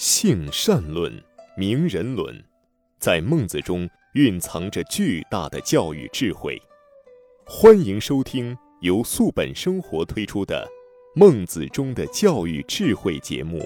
性善论、名人论，在孟子中蕴藏着巨大的教育智慧。欢迎收听由素本生活推出的《孟子中的教育智慧》节目。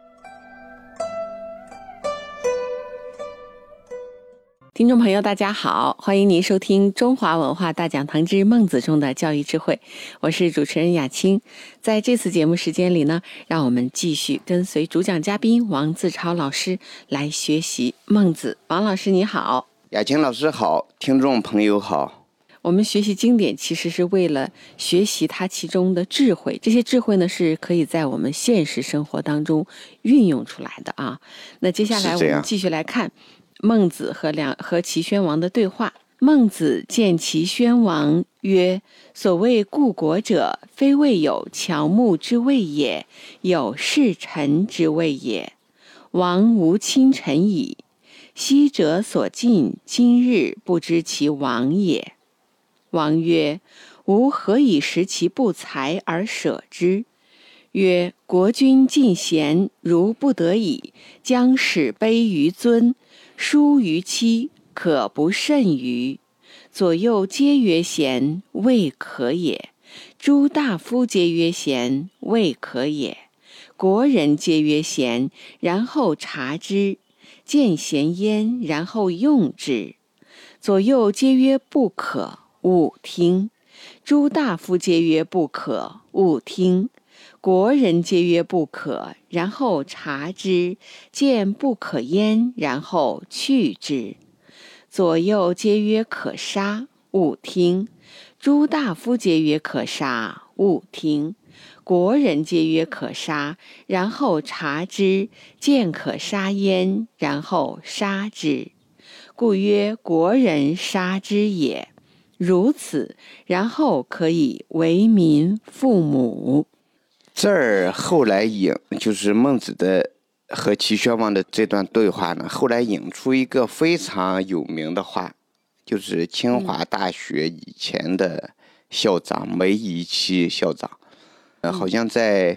听众朋友大家好，欢迎您收听中华文化大讲堂之孟子中的教育智慧，我是主持人雅青。在这次节目时间里呢，让我们继续跟随主讲嘉宾王自超老师来学习孟子。王老师你好。 雅青老师好，听众朋友好。 我们学习经典其实是为了学习它其中的智慧，这些智慧呢是可以在我们现实生活当中运用出来的啊。那接下来我们继续来看孟子和齐宣王的对话。孟子见齐宣王曰：所谓故国者，非谓有乔木之谓也，有事臣之谓也。王无亲臣矣。昔者所近，今日不知其亡也。王曰：吾何以识其不才而舍之？曰：国君进贤，如不得已，将使卑于尊，疏于妻，可不慎于。左右皆曰贤，未可也。诸大夫皆曰贤，未可也。国人皆曰贤，然后察之，见贤焉，然后用之。左右皆曰不可，勿听。诸大夫皆曰不可，勿听。国人皆曰不可，然后察之，见不可焉，然后去之。左右皆曰可杀，勿听。诸大夫皆曰可杀，勿听。国人皆曰可杀，然后察之，见可杀焉，然后杀之。故曰国人杀之也。如此，然后可以为民父母。 这儿后来就是孟子的和齐宣王的这段对话呢，后来引出一个非常有名的话，就是清华大学以前的校长梅贻琦校长，好像在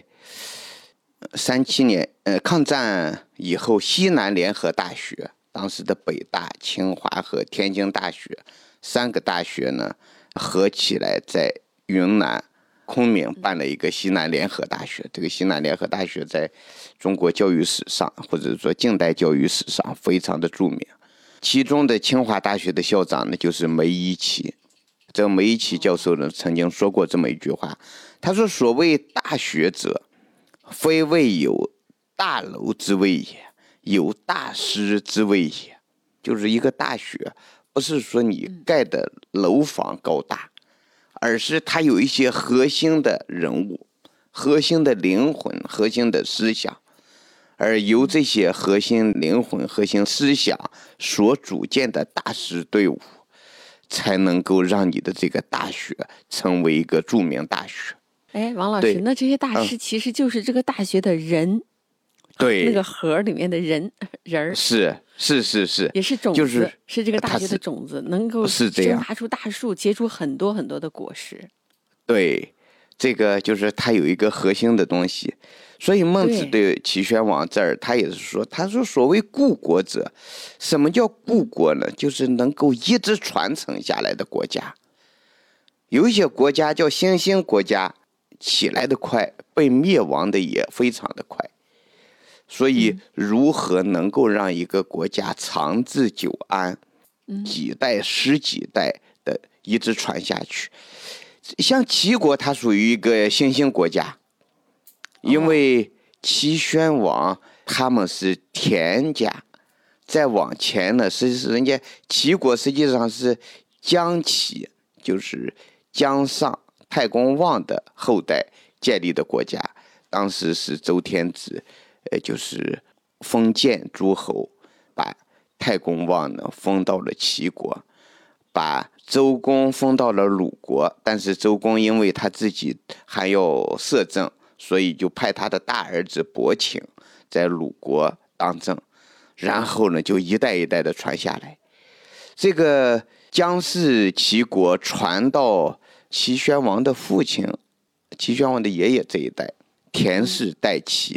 37年抗战以后，西南联合大学，当时的北大、清华和天津大学3个大学呢合起来在云南昆明办了一个西南联合大学。这个西南联合大学在中国教育史上，或者说近代教育史上非常的著名。其中的清华大学的校长呢，就是梅贻琦。这个梅贻琦教授呢，曾经说过这么一句话，他说：所谓大学者，非谓有大楼之谓也，有大师之谓也。就是一个大学，不是说你盖的楼房高大，而是它有一些核心的人物、核心的灵魂、核心的思想，而由这些核心灵魂、核心思想所组建的大师队伍，才能够让你的这个大学成为一个著名大学。 王老师，那这些大师其实就是这个大学的人， 对， 那个核里面的人儿，是， 也是种子，就是这个大学的种子，能够生发出大树，结出很多很多的果实。 对，这个就是它有一个核心的东西。所以孟子对齐宣王这儿，他也是说，他说所谓故国者，什么叫故国呢？就是能够一直传承下来的国家。有一些国家叫新兴国家，起来的快，被灭亡的也非常的快。所以如何能够让一个国家长治久安，几代十几代的一直传下去。像齐国，它属于一个新兴国家，因为齐宣王他们是田家，再往前呢，是人家齐国实际上是姜齐，就是姜尚、太公望的后代建立的国家。当时是周天子就是封建诸侯，把太公望呢封到了齐国，把周公封到了鲁国。但是周公因为他自己还要摄政，所以就派他的大儿子伯禽在鲁国当政，然后呢就一代一代的传下来。这个姜氏齐国传到齐宣王的父亲，齐宣王的爷爷这一代，田氏代齐。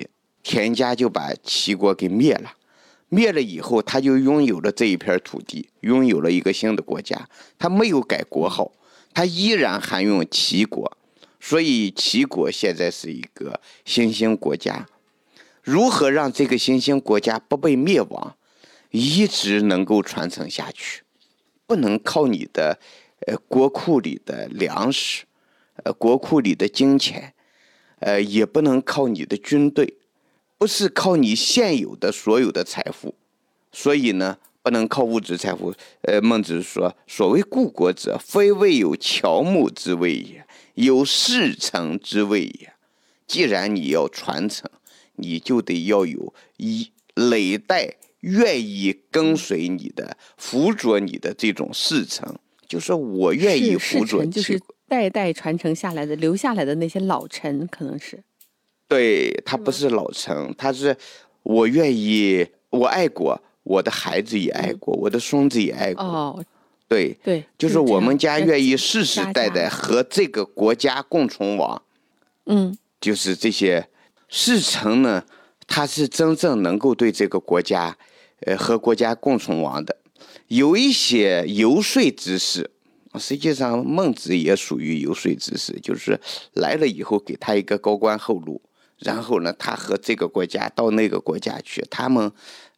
田家就把齐国给灭了。灭了以后，他就拥有了这一片土地，拥有了一个新的国家。他没有改国号，他依然还用齐国，所以齐国现在是一个新兴国家。如何让这个新兴国家不被灭亡，一直能够传承下去？不能靠你的国库里的粮食，国库里的金钱，也不能靠你的军队。不是靠你现有的所有的财富，所以呢，不能靠物质财富。孟子说：“所谓故国者，非谓有乔木之谓也，有世成之谓也。”既然你要传承，你就得要有累代愿意跟随你的、辅佐你的这种世成，就是我愿意辅佐你， 就是代代传承下来的、留下来的那些老臣，可能是。 对，他不是老臣，他是我愿意，我爱国，我的孩子也爱国，我的孙子也爱国。 哦， 对，就是我们家愿意世世代代和这个国家共存亡。就是这些世臣呢，他是真正能够对这个国家，和国家共存亡的。有一些游说之士，实际上孟子也属于游说之士，就是来了以后给他一个高官厚禄。然后呢，他和这个国家到那个国家去，他们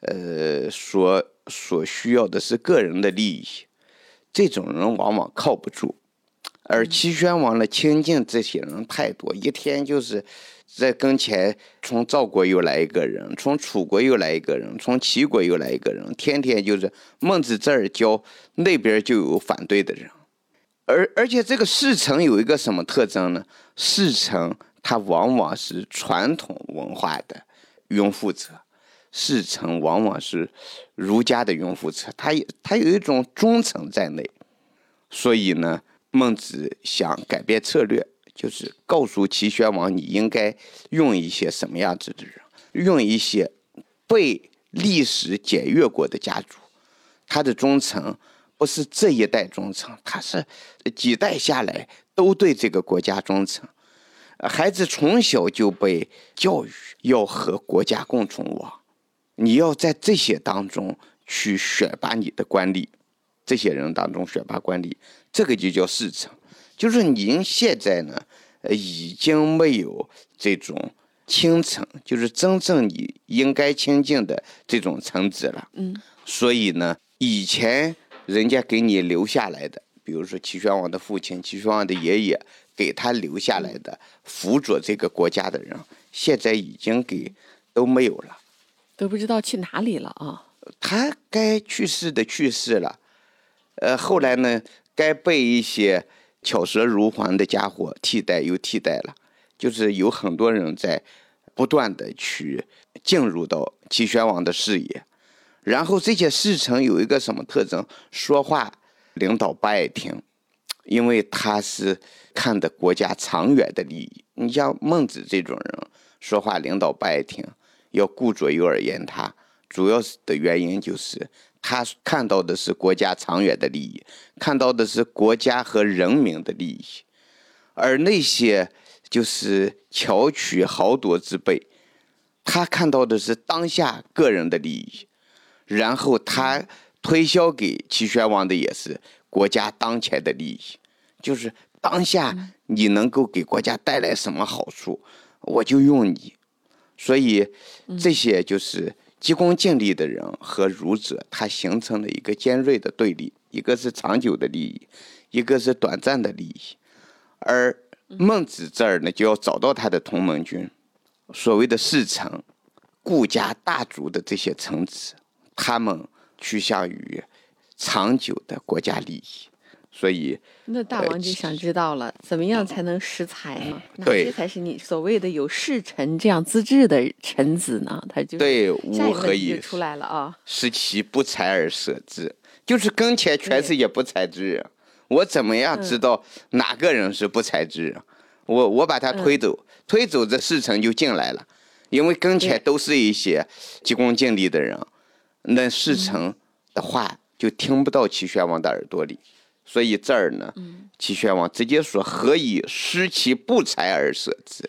所需要的是个人的利益，这种人往往靠不住。而齐宣王呢，亲近这些人太多，一天就是在跟前，从赵国又来一个人，从楚国又来一个人，从齐国又来一个人，天天就是孟子这儿教，那边就有反对的人。而且这个世成有一个什么特征呢？世成它往往是传统文化的拥护者，世成往往是儒家的拥护者，他有一种忠诚在内。所以呢，孟子想改变策略，就是告诉齐宣王，你应该用一些什么样子的人，用一些被历史检阅过的家族，他的忠诚不是这一代忠诚，他是几代下来都对这个国家忠诚。孩子从小就被教育要和国家共存亡，你要在这些当中去选拔你的官吏，这些人当中选拔官吏，这个就叫世成。就是您现在呢，已经没有这种亲臣，就是真正你应该亲近的这种臣子了。所以呢，以前人家给你留下来的，比如说齐宣王的父亲、齐宣王的爷爷给他留下来的辅佐这个国家的人，现在已经都没有了， 都不知道去哪里了啊。 他该去世的去世了，后来呢，该被一些巧舌如簧的家伙替代了，就是有很多人在不断的去进入到齐宣王的视野。然后这些世臣有一个什么特征？说话领导不爱听，因为他是看的国家长远的利益。你像孟子这种人，说话领导不爱听，要顾左右而言他，主要的原因就是他看到的是国家长远的利益，看到的是国家和人民的利益。而那些就是巧取豪夺之辈，他看到的是当下个人的利益，然后他推销给齐宣王的也是国家当前的利益，就是当下你能够给国家带来什么好处，我就用你。所以这些就是急功近利的人和儒者，他形成了一个尖锐的对立，一个是长久的利益，一个是短暂的利益。而孟子这儿呢，就要找到他的同盟军，所谓的世臣、顾家大族的这些臣子，他们趋向于长久的国家利益。所以那大王就想知道了，怎么样才能识才呢？哪对， 些才是你所谓的有世臣这样资质的臣子呢？他就对， 下一个问吾何以题就出来了啊！ 失其不才而舍之，就是跟前全是些不才之人，我怎么样知道哪个人是不才之人？我把他推走，推走这世臣就进来了，因为跟前都是一些急功近利的人，那世臣的话就听不到齐宣王的耳朵里。所以这儿呢，齐宣王直接说：“何以失其不才而舍之？”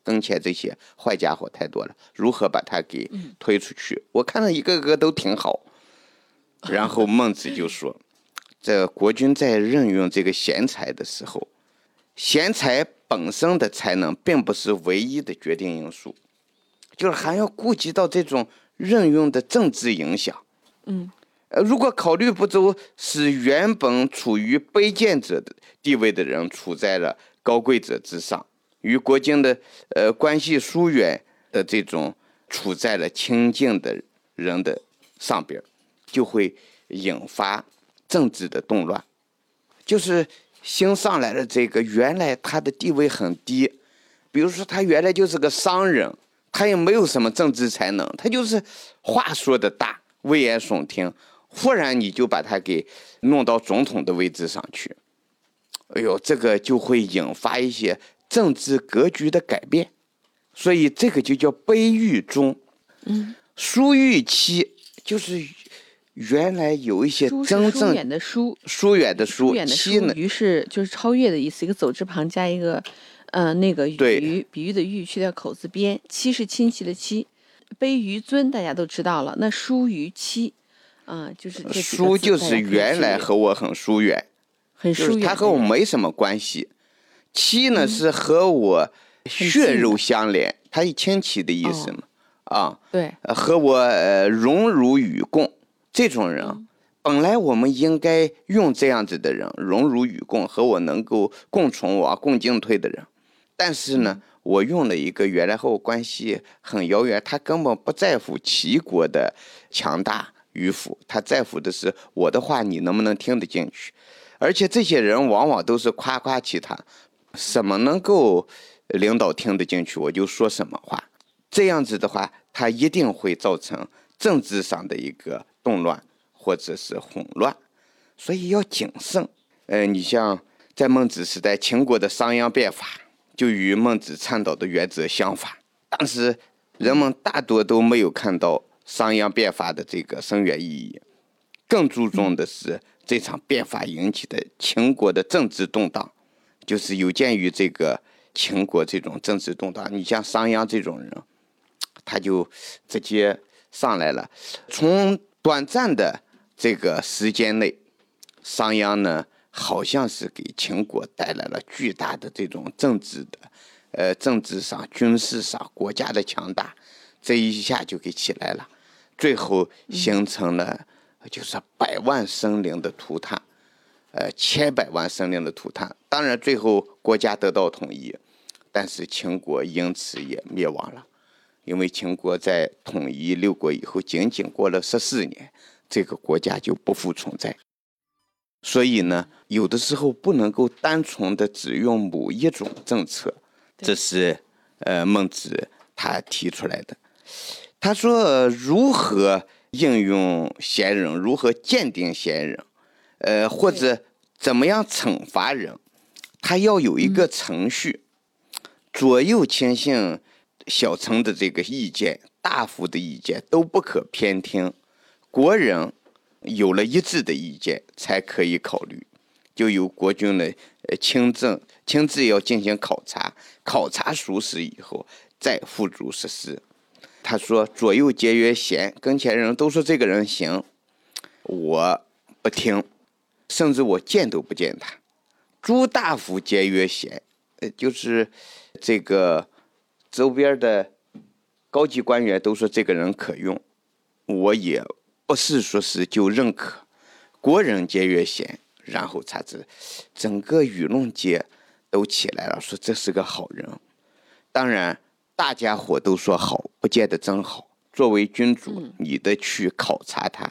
跟前这些坏家伙太多了，如何把他给推出去？我看到一个个都挺好。然后孟子就说，这国君在任用这个贤才的时候，贤才本身的才能并不是唯一的决定因素，就是还要顾及到这种任用的政治影响。如果考虑不周，使原本处于卑贱者的地位的人处在了高贵者之上，与国君的关系疏远的这种处在了亲近的人的上边，就会引发政治的动乱。就是新上来的这个原来他的地位很低，比如说他原来就是个商人，他也没有什么政治才能，他就是话说的大，危言耸听，忽然你就把他给弄到总统的位置上去，哎呦，这个就会引发一些政治格局的改变。所以这个就叫卑狱中。疏狱期就是原来有一些真正疏远的疏， 期呢， 于是就是超越的意思，一个走之旁加一个那个鱼，比喻的喻去掉口字边，戚是亲戚的戚。卑于尊大家都知道了，那疏于戚就是这疏就是原来和我很疏远， 很疏远， 就是他和我没什么关系。戚呢是和我血肉相连，他一亲戚的意思嘛。 对， 和我荣辱与共，这种人本来我们应该用这样子的人，荣辱与共，和我能够共存亡共进退的人。但是呢，我用了一个原来和我关系很遥远，他根本不在乎齐国的强大与否，他在乎的是我的话你能不能听得进去。而且这些人往往都是夸夸其谈，什么能够领导听得进去我就说什么话。这样子的话，它一定会造成政治上的一个动乱或者是混乱，所以要谨慎。你像在孟子时代，秦国的商鞅变法就与孟子倡导的原则相反，当时人们大多都没有看到商鞅变法的这个深远意义，更注重的是这场变法引起的秦国的政治动荡。就是有鉴于这个秦国这种政治动荡，你像商鞅这种人，他就直接上来了。从短暂的这个时间内，商鞅呢好像是给秦国带来了巨大的这种政治上、军事上国家的强大，这一下就给起来了，最后形成了就是百万生灵的涂炭，千百万生灵的涂炭。当然最后国家得到统一，但是秦国因此也灭亡了。因为秦国在统一六国以后，仅仅过了14年，这个国家就不复存在。所以呢，有的时候不能够单纯的只用某一种政策，这是孟子他提出来的。他说如何应用贤人，如何鉴定贤人，或者怎么样惩罚人，他要有一个程序，左右亲信小臣的这个意见，大夫的意见都不可偏听，国人有了一致的意见才可以考虑，就由国君呢亲自要进行考察，考察属实以后再付诸实施。他说左右皆曰贤，跟前人都说这个人行，我不听，甚至我见都不见他。诸大夫皆曰贤，就是这个周边的高级官员都说这个人可用，我也不是说是就认可。国人皆曰贤，然后才知整个舆论界都起来了，说这是个好人。当然大家伙都说好，不见得真好。作为君主，你得去考察他，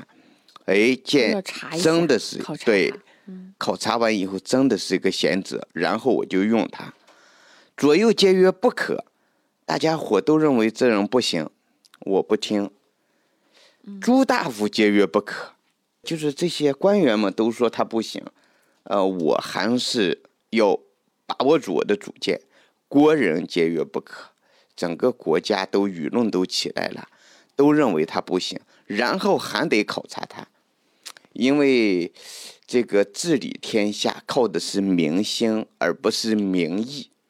真的是对，考察完以后真的是一个贤者，然后我就用他。左右皆曰不可，大家伙都认为这人不行，我不听。诸大夫皆曰不可，就是这些官员们都说他不行，我还是要把握住我的主见。国人皆曰不可，整个国家都舆论都起来了，都认为他不行，然后还得考察他。因为这个治理天下靠的是民心而不是民意，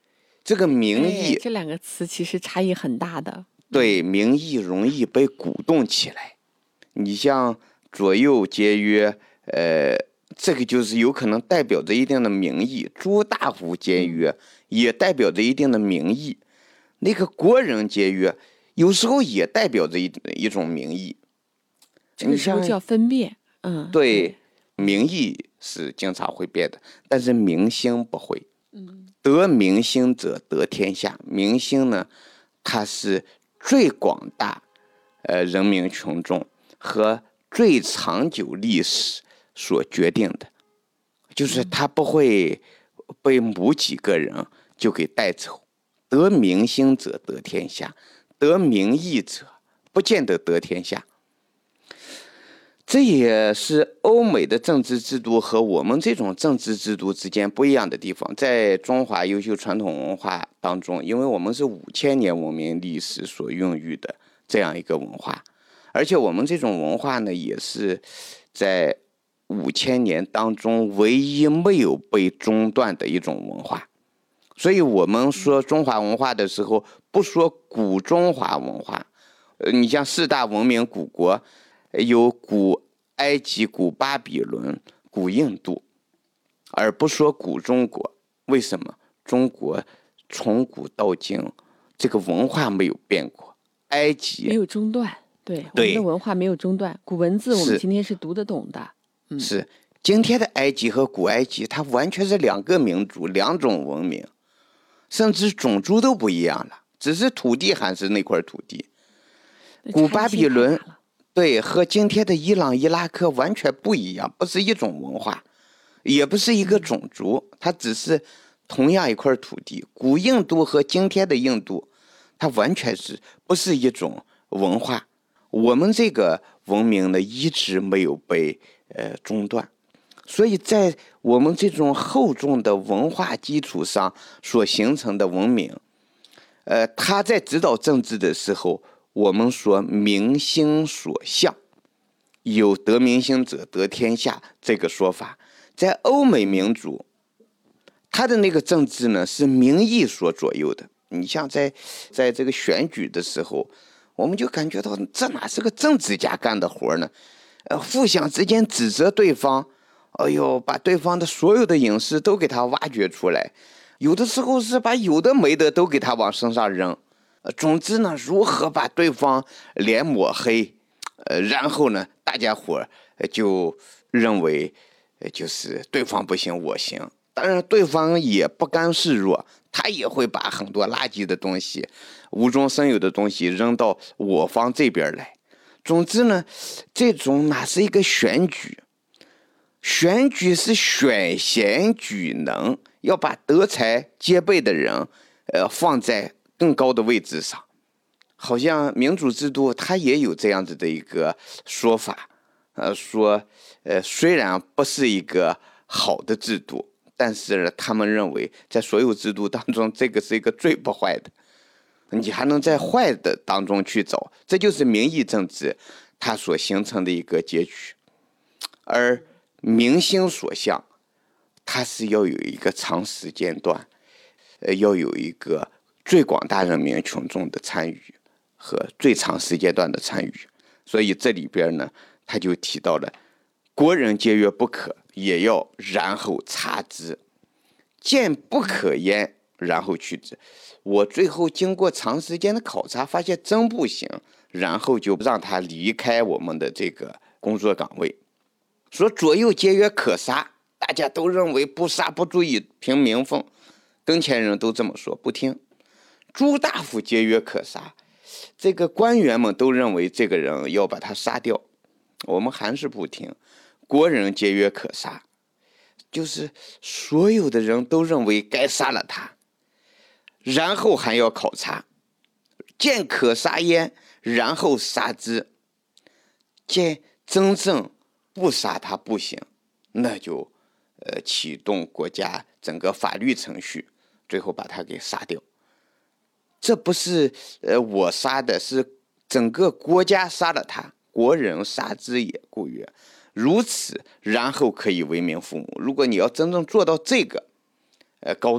这个名义， 这两个词其实差异很大的。 对，名义容易被鼓动起来。你像左右节约，这个就是有可能代表着一定的名义；朱大夫节约也代表着一定的名义。那个国人节约有时候也代表着一种名义。 这个时候就要分辨。 对，名义是经常会变的，但是明星不会。得民心者得天下。民心呢，它是最广大人民群众和最长久历史所决定的，就是它不会被某几个人就给带走。得民心者得天下，得民意者不见得得天下。这也是欧美的政治制度和我们这种政治制度之间不一样的地方。在中华优秀传统文化当中，因为我们是5000年文明历史所孕育的这样一个文化，而且我们这种文化呢，也是在5000年当中唯一没有被中断的一种文化。所以我们说中华文化的时候，不说古中华文化。你像4大文明古国，有古埃及、古巴比伦、古印度，而不说古中国。为什么？中国从古到今这个文化没有变过，埃及没有中断。对，我们的文化没有中断，古文字我们今天是读得懂的。 是今天的埃及和古埃及，它完全是2个民族、2种文明，甚至种族都不一样了，只是土地还是那块土地。古巴比伦对，和今天的伊朗、伊拉克完全不一样，不是一种文化，也不是一个种族，它只是同样一块土地。古印度和今天的印度，它完全不是一种文化。我们这个文明呢，一直没有被中断，所以在我们这种厚重的文化基础上所形成的文明，它在指导政治的时候，我们说民心所向，有得民心者得天下这个说法。在欧美民主，他的那个政治呢是民意所左右的。你像在这个选举的时候，我们就感觉到这哪是个政治家干的活呢？互相之间指责对方，哎呦，把对方的所有的隐私都给他挖掘出来，有的时候是把有的没的都给他往身上扔。总之呢，如何把对方脸抹黑，然后呢，大家伙就认为就是对方不行我行。当然对方也不甘示弱，他也会把很多垃圾的东西、无中生有的东西扔到我方这边来。总之呢，这种哪是一个选举？选举是选贤举能，要把德才兼备的人放在更高的位置上。好像民主制度它也有这样子的一个说法，说虽然不是一个好的制度，但是他们认为在所有制度当中，这个是一个最不坏的，你还能在坏的当中去找，这就是民意政治它所形成的一个结局。而民心所向，它是要有一个长时间段，要有一个最广大人民群众的参与和最长时间段的参与。所以这里边呢，他就提到了国人节约不可，也要然后察之，见不可焉，然后去之。我最后经过长时间的考察，发现真不行，然后就让他离开我们的这个工作岗位。说左右节约可杀，大家都认为不杀不足以平民愤，跟前人都这么说，不听。朱大夫节约可杀，这个官员们都认为这个人要把他杀掉，我们还是不听。国人节约可杀，就是所有的人都认为该杀了他，然后还要考察，见可杀焉，然后杀之。见真正不杀他不行，那就启动国家整个法律程序，最后把他给杀掉。这不是我杀的，是整个国家杀了他，国人杀之也，故曰如此，然后可以为民父母。如果你要真正做到这个高度，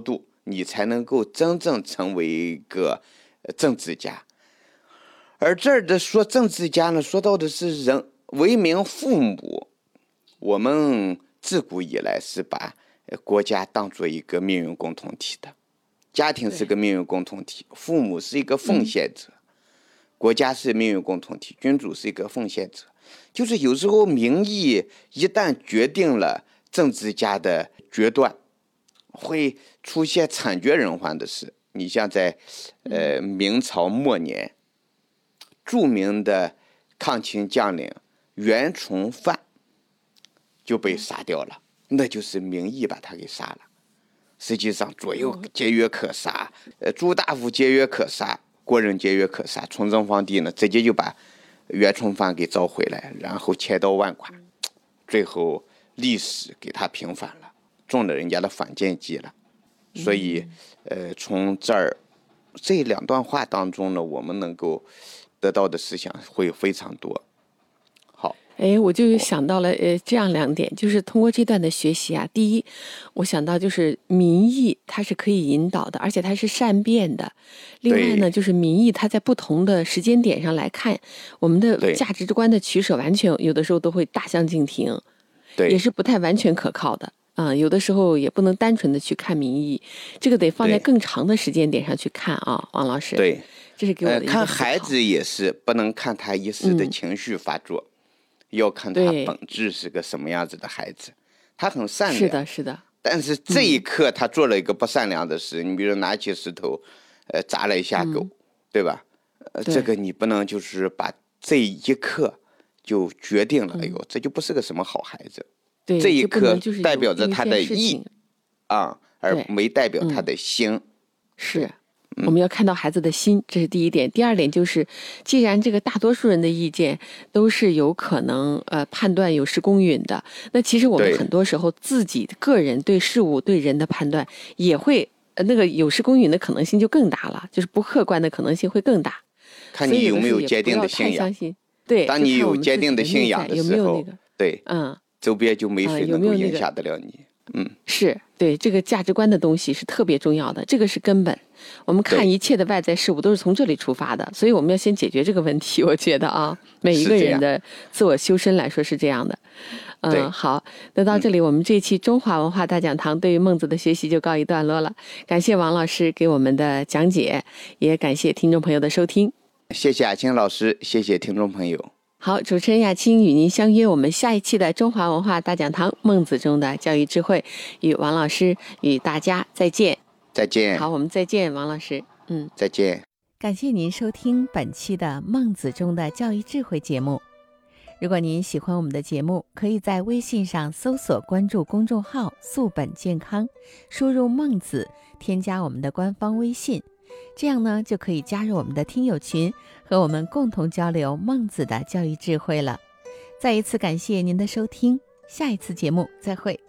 你才能够真正成为一个政治家。而这儿的说政治家呢，说到的是人为民父母。我们自古以来是把国家当作一个命运共同体的，家庭是个命运共同体，父母是一个奉献者，国家是命运共同体，君主是一个奉献者。就是有时候民意一旦决定了政治家的决断，会出现惨绝人寰的事。你像在明朝末年，著名的抗清将领袁崇焕就被杀掉了，那就是民意把他给杀了。实际上左右皆曰可杀，朱大夫皆曰可杀，国人皆曰可杀。崇祯皇帝呢，直接就把袁崇焕给召回来，然后千刀万剐，最后历史给他平反了，中了人家的反间计了。所以从这两段话当中呢，我们能够得到的思想会非常多。好， 我就想到了这样2点，就是通过这段的学习啊，第一，我想到就是民意它是可以引导的，而且它是善变的。另外呢，就是民意它在不同的时间点上来看，我们的价值观的取舍完全有的时候都会大相径庭，也是不太完全可靠的。有的时候也不能单纯的去看民意，这个得放在更长的时间点上去看啊，王老师。 对， 这是给我的一个看孩子也是不能看他一时的情绪发作，要看他本质是个什么样子的孩子。他很善良， 是的。 但是这一刻他做了一个不善良的事，你比如拿起石头，砸了一下狗，对吧？这个你不能就是把这一刻就决定了，哎呦，这就不是个什么好孩子。这一刻代表着他的意而没代表他的心。 是，我们要看到孩子的心，这是第一点。第二点就是，既然这个大多数人的意见都是有可能判断有失公允的，那其实我们很多时候自己个人对事物对人的判断也会那个有失公允的可能性就更大了，就是不客观的可能性会更大。 看你有没有坚定的信仰。 对， 当你有坚定的信仰的时候，对，周边就没谁能够影响得了你。 是对这个价值观的东西是特别重要的，这个是根本。我们看一切的外在事物都是从这里出发的，所以我们要先解决这个问题。我觉得每一个人的自我修身来说是这样的。好，那到这里我们这一期中华文化大讲堂对于孟子的学习就告一段落了。感谢王老师给我们的讲解，也感谢听众朋友的收听。 谢谢雅青老师，谢谢听众朋友。 好，主持人雅青与您相约我们下一期的中华文化大讲堂孟子中的教育智慧，与王老师与大家再见。 再见。 好，我们再见，王老师。 再见。 感谢您收听本期的孟子中的教育智慧节目。如果您喜欢我们的节目，可以在微信上搜索关注公众号素本健康，输入孟子，添加我们的官方微信，这样呢就可以加入我们的听友群，和我们共同交流孟子的教育智慧了。再一次感谢您的收听，下一次节目再会。